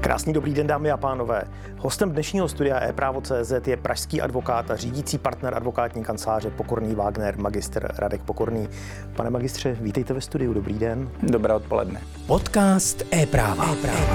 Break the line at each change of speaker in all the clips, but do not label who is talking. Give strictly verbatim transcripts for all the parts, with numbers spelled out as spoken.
Krásný dobrý den, dámy a pánové. Hostem dnešního studia ePrávo tečka cé zet je pražský advokát a řídící partner advokátní kanceláře Pokorný Wagner, magistr Radek Pokorný. Pane magistře, vítejte ve studiu, dobrý den.
Dobré odpoledne.
Podcast ePráva.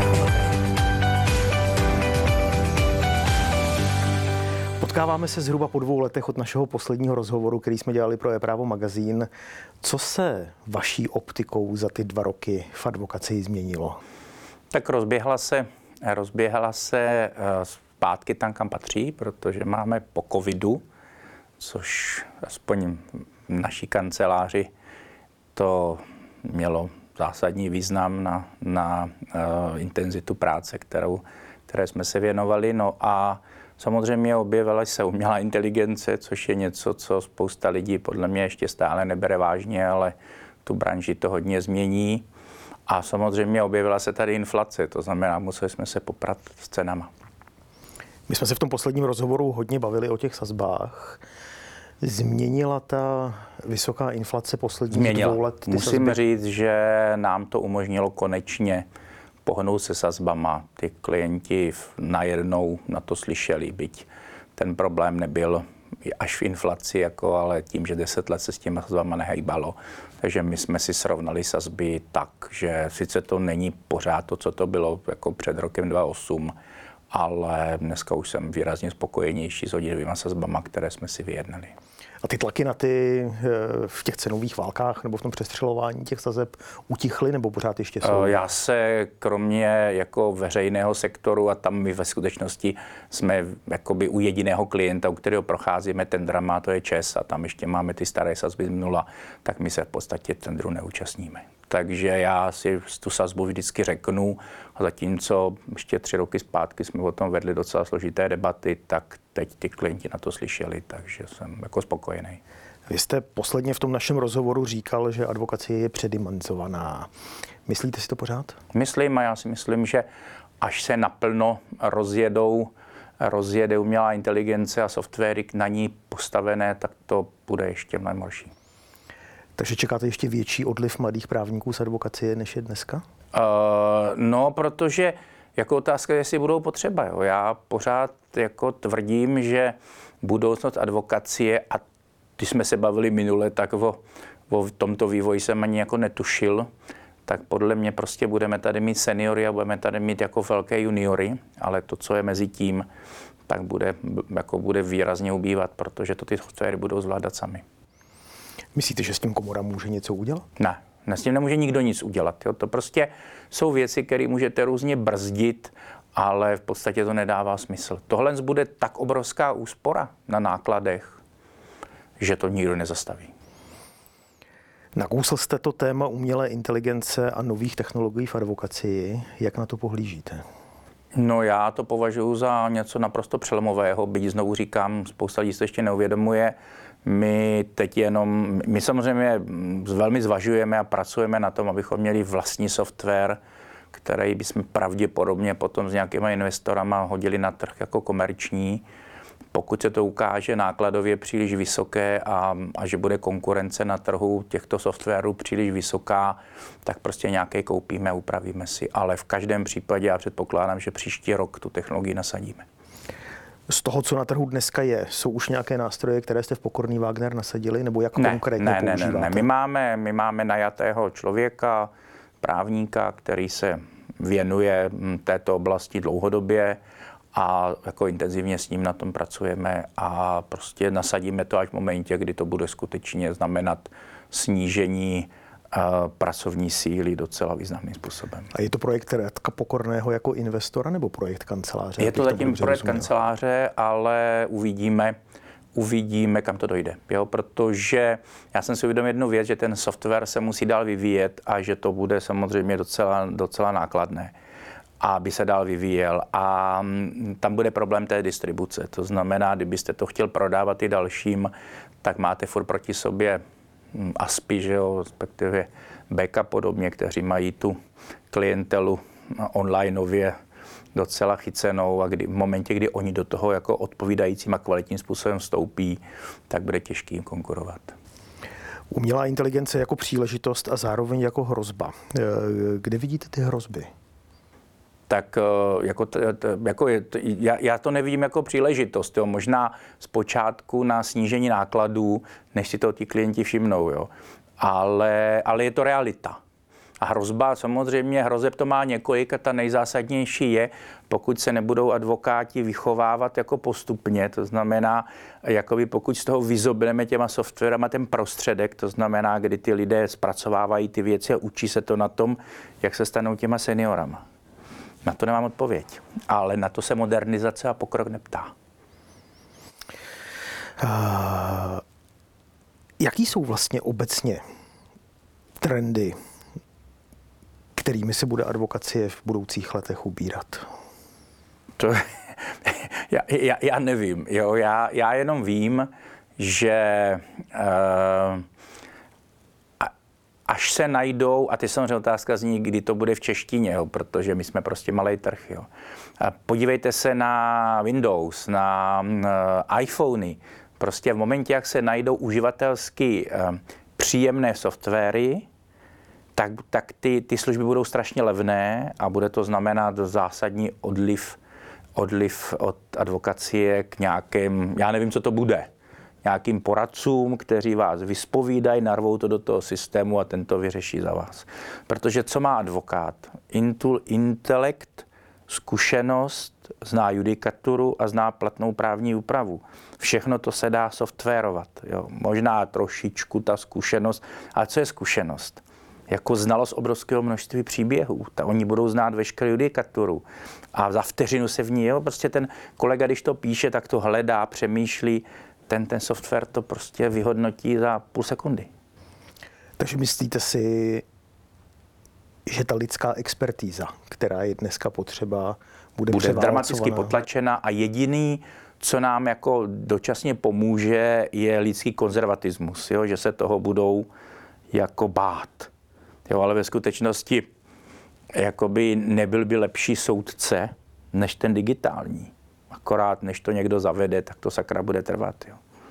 Potkáváme se zhruba po dvou letech od našeho posledního rozhovoru, který jsme dělali pro ePrávo magazín. Co se vaší optikou za ty dva roky v advokacii změnilo?
Tak rozběhla se, rozběhla se zpátky tam, kam patří, protože máme po covidu, což aspoň v naší kanceláři to mělo zásadní význam na, na uh, intenzitu práce, kterou, které jsme se věnovali. No a samozřejmě objevila se umělá inteligence, což je něco, co spousta lidí podle mě ještě stále nebere vážně, ale tu branži to hodně změní. A samozřejmě objevila se tady inflace, to znamená, museli jsme se poprat s cenama.
My jsme se v tom posledním rozhovoru hodně bavili o těch sazbách. Změnila ta vysoká inflace posledních
Změnila.
dvou let?
Musím
sazby?
říct, že nám to umožnilo konečně pohnout se sazbama. Ty klienti najednou na to slyšeli, byť ten problém nebyl až v inflaci, jako, ale tím, že deset let se s těma sazbama nehejbalo. Takže my jsme si srovnali sazby tak, že sice to není pořád to, co to bylo jako před rokem dva tisíce osm, ale dneska už jsem výrazně spokojenější s hodinovýma sazbama, které jsme si vyjednali.
A ty tlaky na ty v těch cenových válkách nebo v tom přestřelování těch sazeb utichly nebo pořád ještě jsou?
Já se kromě jako veřejného sektoru, a tam my ve skutečnosti jsme jakoby u jediného klienta, u kterého procházíme tendrama, to je ČEZ, a tam ještě máme ty staré sazby z nula, tak my se v podstatě tendru neúčastníme. Takže já si tu sazbu vždycky řeknu, a zatímco ještě tři roky zpátky jsme o tom vedli docela složité debaty, tak teď ty klienti na to slyšeli, takže jsem jako spokojený.
Vy jste posledně v tom našem rozhovoru říkal, že advokacie je předimenzovaná. Myslíte si to pořád?
Myslím, a já si myslím, že až se naplno rozjedou, rozjede umělá inteligence a softwary na ní postavené, tak to bude ještě mnohem horší.
Takže čekáte ještě větší odliv mladých právníků z advokacie, než je dneska?
Uh, no, protože jako otázka, jestli budou potřeba. Jo. Já pořád jako tvrdím, že budoucnost advokacie, a když jsme se bavili minule, tak o, o tomto vývoji jsem ani jako netušil, tak podle mě prostě budeme tady mít seniory a budeme tady mít jako velké juniory, ale to, co je mezi tím, tak bude, jako bude výrazně ubývat, protože to ty softwary budou zvládat sami.
Myslíte, že s tím komora může něco udělat?
Ne, s tím nemůže nikdo nic udělat. Jo. To prostě jsou věci, které můžete různě brzdit, ale v podstatě to nedává smysl. Tohle bude tak obrovská úspora na nákladech, že to nikdo nezastaví.
Nakousl jste to téma umělé inteligence a nových technologií v advokacii. Jak na to pohlížíte?
No, já to považuji za něco naprosto přelomového, byť znovu říkám, spousta lidí se ještě neuvědomuje. My teď jenom, my samozřejmě velmi zvažujeme a pracujeme na tom, abychom měli vlastní software, který bychom pravděpodobně potom s nějakýma investorama hodili na trh jako komerční. Pokud se to ukáže nákladově příliš vysoké a, a že bude konkurence na trhu těchto softwarů příliš vysoká, tak prostě nějaké koupíme, upravíme si. Ale v každém případě já předpokládám, že příští rok tu technologii nasadíme.
Z toho, co na trhu dneska je, jsou už nějaké nástroje, které jste v Pokorný Wagner nasadili, nebo jak
ne,
konkrétně
ne,
používáte?
Ne, ne, ne. My máme, my máme najatého člověka, právníka, který se věnuje této oblasti dlouhodobě a jako intenzivně s ním na tom pracujeme a prostě nasadíme to až v momentě, kdy to bude skutečně znamenat snížení uh, pracovní síly docela významným způsobem.
A je to projekt Radka Pokorného jako investora nebo projekt kanceláře?
Je to zatím to projekt kanceláře, ale uvidíme, uvidíme, kam to dojde. Jo? Protože já jsem si uvědomil jednu věc, že ten software se musí dál vyvíjet a že to bude samozřejmě docela, docela nákladné, aby se dál vyvíjel. A tam bude problém té distribuce. To znamená, kdybyste to chtěl prodávat i dalším, tak máte furt proti sobě A S P I, že jo, respektive Beka podobně, kteří mají tu klientelu onlineově docela chycenou a kdy, v momentě, kdy oni do toho jako odpovídajícím a kvalitním způsobem vstoupí, tak bude těžký jim konkurovat.
Umělá inteligence jako příležitost a zároveň jako hrozba. Kde vidíte ty hrozby?
tak jako, t, t, jako je, t, já, já to nevidím jako příležitost. Jo. Možná zpočátku na snížení nákladů, než si to ti klienti všimnou. Jo. Ale, ale je to realita. A hrozba, samozřejmě hrozeb to má několik a ta nejzásadnější je, pokud se nebudou advokáti vychovávat jako postupně, to znamená, jakoby pokud z toho vyzobneme těma softwarama ten prostředek, to znamená, kdy ty lidé zpracovávají ty věci a učí se to na tom, jak se stanou těma seniorama. Na to nemám odpověď, ale na to se modernizace a pokrok neptá.
Uh, jaký jsou vlastně obecně trendy, kterými se bude advokacie v budoucích letech ubírat?
To, já, já, já nevím. Jo? Já, já jenom vím, že uh, až se najdou, a ty samozřejmě otázka zní, kdy to bude v češtině, jo? Protože my jsme prostě malej trh. Jo? A podívejte se na Windows, na uh, iPhony. Prostě v momentě, jak se najdou uživatelsky uh, příjemné softwary, tak, tak ty, ty služby budou strašně levné a bude to znamenat zásadní odliv, odliv od advokacie k nějakým, já nevím, co to bude, nějakým poradcům, kteří vás vyspovídají, narvou to do toho systému a ten to vyřeší za vás. Protože co má advokát? Intul, intelekt, zkušenost, zná judikaturu a zná platnou právní úpravu. Všechno to se dá softwarovat. Jo. Možná trošičku ta zkušenost, ale co je zkušenost? Jako znalost obrovského množství příběhů. Ta, oni budou znát veškerou judikaturu. A za vteřinu se v ní, jo, prostě ten kolega, když to píše, tak to hledá, přemýšlí. Ten, ten software to prostě vyhodnotí za půl sekundy.
Takže myslíte si, že ta lidská expertíza, která je dneska potřeba, bude,
bude dramaticky potlačena a jediný, co nám jako dočasně pomůže, je lidský konzervatismus, jo, že se toho budou jako bát. Jo, ale ve skutečnosti jakoby nebyl by lepší soudce než ten digitální. Akorát než to někdo zavede, tak to sakra bude trvat. Jo.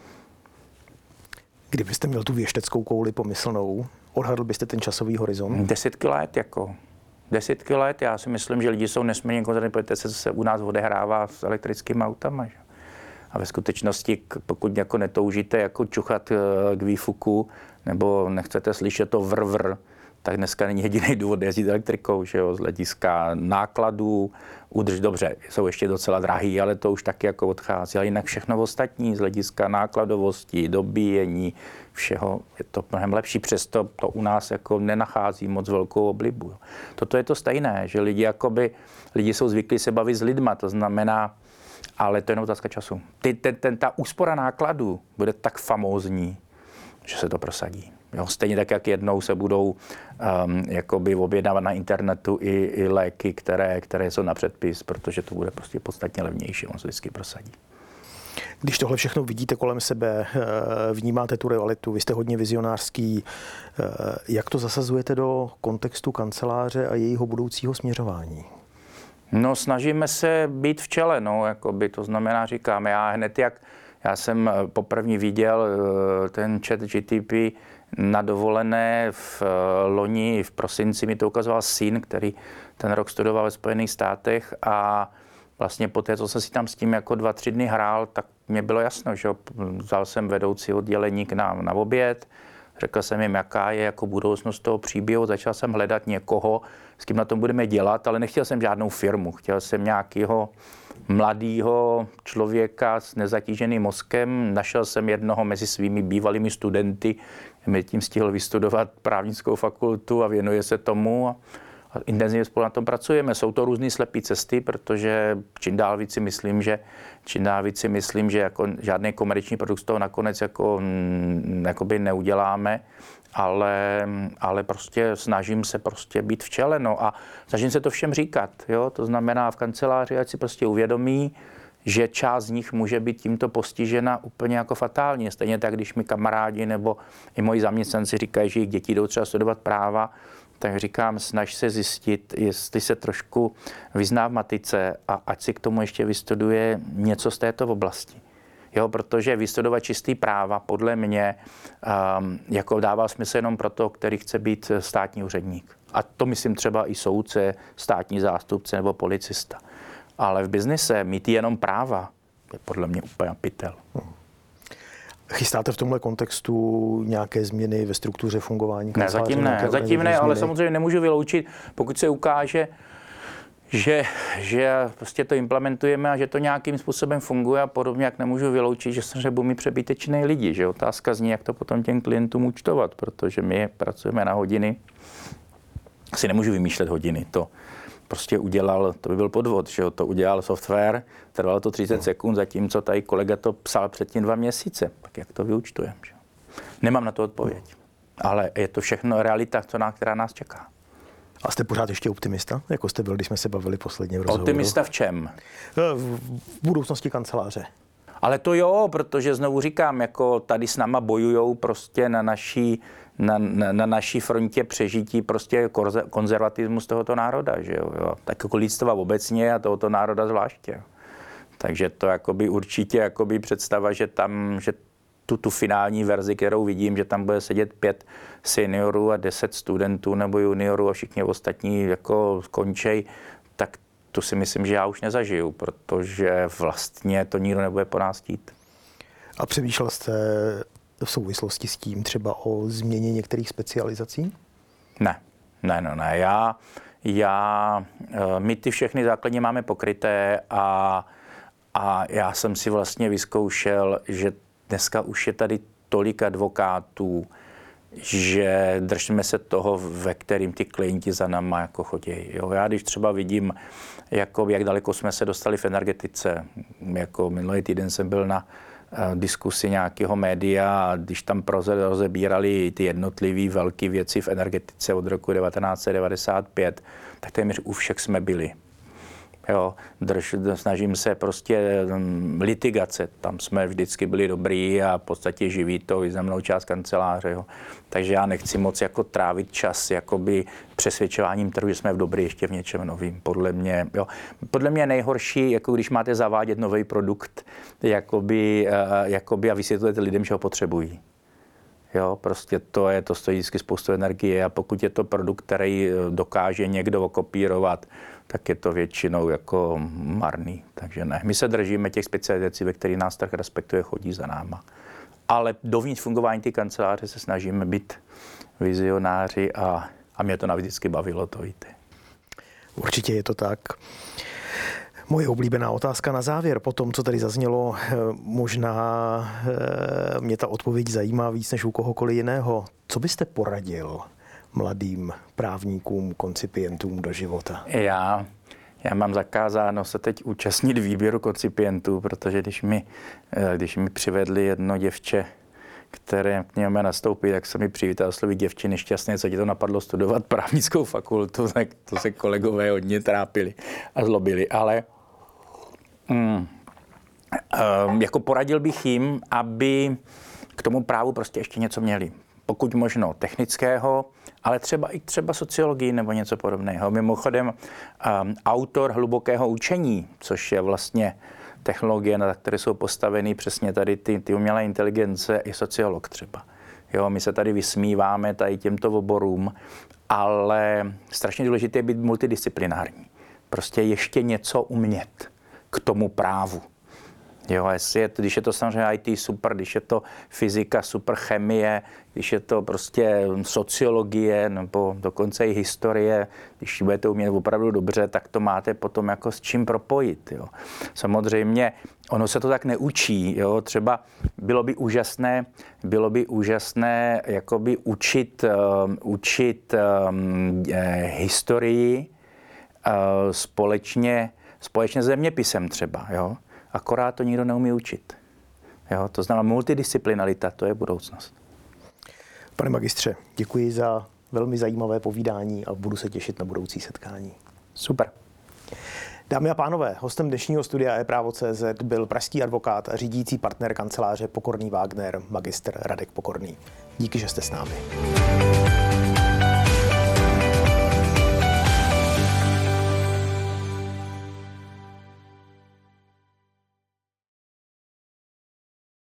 Kdybyste měl tu věšteckou kouli pomyslnou, odhadl byste ten časový horizont?
Desítky let, jako. Desítky let. Já si myslím, že lidi jsou nesmírně konzervativní, protože se, se u nás odehrává s elektrickými autama. Že? A ve skutečnosti, pokud jako netoužíte jako čuchat k výfuku, nebo nechcete slyšet to vrvr, tak dneska není jediný důvod jezdit elektrikou, že jo, z hlediska nákladů, udrž, dobře, jsou ještě docela drahý, ale to už taky jako odchází, ale jinak všechno ostatní z hlediska nákladovosti, dobíjení, všeho je to mnohem lepší, přesto to u nás jako nenachází moc velkou oblibu. Jo. Toto je to stejné, že lidi jakoby, lidi jsou zvyklí se bavit s lidma, to znamená, ale to je jenom otázka času. Ty, ten, ten, ta úspora nákladů bude tak famózní, že se to prosadí. Jo, stejně tak, jak jednou se budou um, jakoby objednávat na internetu i, i léky, které, které jsou na předpis, protože to bude prostě podstatně levnější, on se vždycky prosadí.
Když tohle všechno vidíte kolem sebe, vnímáte tu realitu, vy jste hodně vizionářský, jak to zasazujete do kontextu kanceláře a jejího budoucího směřování?
No, snažíme se být v čele, no, jakoby, to znamená, říkám, já hned jak, já jsem poprvé viděl ten chat G T P na dovolené v loni, v prosinci mi to ukazoval syn, který ten rok studoval ve Spojených státech a vlastně po té, co jsem si tam s tím jako dva, tři dny hrál, tak mě bylo jasno, že vzal jsem vedoucí oddělení k nám na oběd, řekl jsem jim, jaká je jako budoucnost toho příběhu, začal jsem hledat někoho, s kým na tom budeme dělat, ale nechtěl jsem žádnou firmu, chtěl jsem nějakého mladého člověka s nezatíženým mozkem, našel jsem jednoho mezi svými bývalými studenty, mi tím stihl vystudovat právnickou fakultu a věnuje se tomu a, a intenzivně spolu na tom pracujeme. Jsou to různé slepé cesty, protože čím dál víc si myslím, že čím dál víc si myslím, že jako žádný komerční produkt z toho nakonec jako, m, jakoby neuděláme, ale, ale prostě snažím se prostě být v čele, no a snažím se to všem říkat, jo, to znamená v kanceláři, ať si prostě uvědomí, že část z nich může být tímto postižena úplně jako fatálně. Stejně tak, když mi kamarádi nebo i moji zaměstnanci říkají, že jejich děti jdou třeba studovat práva, tak říkám, snaž se zjistit, jestli se trošku vyzná v matice a ať si k tomu ještě vystuduje něco z této oblasti. Jo, protože vystudovat čistý práva podle mě um, jako dává smysl jenom pro to, který chce být státní úředník. A to myslím třeba i soudce, státní zástupce nebo policista. Ale v biznise mít jenom práva je podle mě úplně pytel. Hmm.
Chystáte v tomhle kontextu nějaké změny ve struktuře fungování kanceláře?
Ne, zatím ne, zatím ne, ale samozřejmě nemůžu vyloučit, pokud se ukáže, že, že prostě to implementujeme a že to nějakým způsobem funguje a podobně, jak nemůžu vyloučit, že samozřejmě budou mít přebytečné lidi. Že? Otázka zní, jak to potom těm klientům účtovat, protože my pracujeme na hodiny, si nemůžu vymýšlet hodiny, to prostě udělal, to by byl podvod, že jo, to udělal software, trvalo to třicet sekund, zatímco tady kolega to psal předtím dva měsíce. Tak jak to vyúčtujeme? Že? Nemám na to odpověď, ale je to všechno realita, která nás čeká.
A jste pořád ještě optimista, jako jste byl, když jsme se bavili posledně v rozhovoru?
Optimista v čem?
V budoucnosti kanceláře.
Ale to jo, protože znovu říkám, jako tady s náma bojujou prostě na naší, na, na, na naší frontě přežití prostě konzervatismus tohoto národa, že jo, jo. Tak jako lidstva obecně a tohoto národa zvláště. Takže to jakoby určitě jakoby představa, že tam, že tu, tu finální verzi, kterou vidím, že tam bude sedět pět seniorů a deset studentů nebo juniorů a všichni ostatní jako skončej, tak to si myslím, že já už nezažiju, protože vlastně to nikdo nebude po nás chtít.
A přemýšlel jste v souvislosti s tím třeba o změně některých specializací?
Ne, ne, no, ne. Já, já, my ty všechny základně máme pokryté a, a já jsem si vlastně vyzkoušel, že dneska už je tady tolik advokátů, že držíme se toho, ve kterým ty klienti za náma jako chodí. Jo, já když třeba vidím, jako, jak daleko jsme se dostali v energetice, jako minulý týden jsem byl na uh, diskusi nějakého média a když tam proze, rozebírali ty jednotlivé velké věci v energetice od roku devatenáct set devadesát pět, tak téměř u všech jsme byli. Jo, drž, snažím se prostě um, litigace, tam jsme vždycky byli dobrý a v podstatě živí to významnou část kanceláře. Jo. Takže já nechci moc jako trávit čas jakoby přesvědčováním trhu, že jsme v dobrý ještě v něčem novým. Podle mě, jo. Podle mě je nejhorší, jako když máte zavádět nový produkt jakoby, uh, jakoby a vysvětlujete lidem, že ho potřebují. Jo, prostě to je, to stojí vždycky spoustu energie a pokud je to produkt, který dokáže někdo okopírovat, tak je to většinou jako marný. Takže ne. My se držíme těch specializací, ve kterých nás trh respektuje, chodí za náma. Ale dovnitř fungování té kanceláře se snažíme být vizionáři a, a mě to navždycky bavilo, to víte.
Určitě je to tak. Moje oblíbená otázka na závěr. Po tom, co tady zaznělo, možná mě ta odpověď zajímá víc než u kohokoliv jiného. Co byste poradil mladým právníkům, koncipientům do života?
Já, já mám zakázáno se teď účastnit výběru koncipientů, protože když mi, když mi přivedli jedno děvče, které k němu nastoupí, tak se mi přivítal slovy děvče nešťastné, co ti to napadlo studovat právnickou fakultu, tak to se kolegové hodně trápili a zlobili, ale mm, um, jako poradil bych jim, aby k tomu právu prostě ještě něco měli. Pokud možno technického, ale třeba i třeba sociologii nebo něco podobného. Mimochodem um, autor hlubokého učení, což je vlastně technologie, na které jsou postaveny přesně tady ty, ty umělé inteligence, je sociolog třeba. Jo, my se tady vysmíváme tady těmto oborům, ale strašně důležité je být multidisciplinární. Prostě ještě něco umět k tomu právu. Jo, jestli je, když je to samozřejmě í té super, když je to fyzika, super chemie, když je to prostě sociologie nebo dokonce i historie, když budete umět opravdu dobře, tak to máte potom jako s čím propojit. Jo. Samozřejmě ono se to tak neučí. Jo. Třeba bylo by úžasné, bylo by úžasné jakoby učit, um, učit um, historii uh, společně, společně s zeměpisem třeba. Jo. Akorát to nikdo neumí učit. Jo, to znamená multidisciplinarita, to je budoucnost.
Pane magistře, děkuji za velmi zajímavé povídání a budu se těšit na budoucí setkání.
Super.
Dámy a pánové, hostem dnešního studia ePrávo tečka cé zet byl pražský advokát a řídící partner kanceláře Pokorný Wagner, magistr Radek Pokorný. Díky, že jste s námi.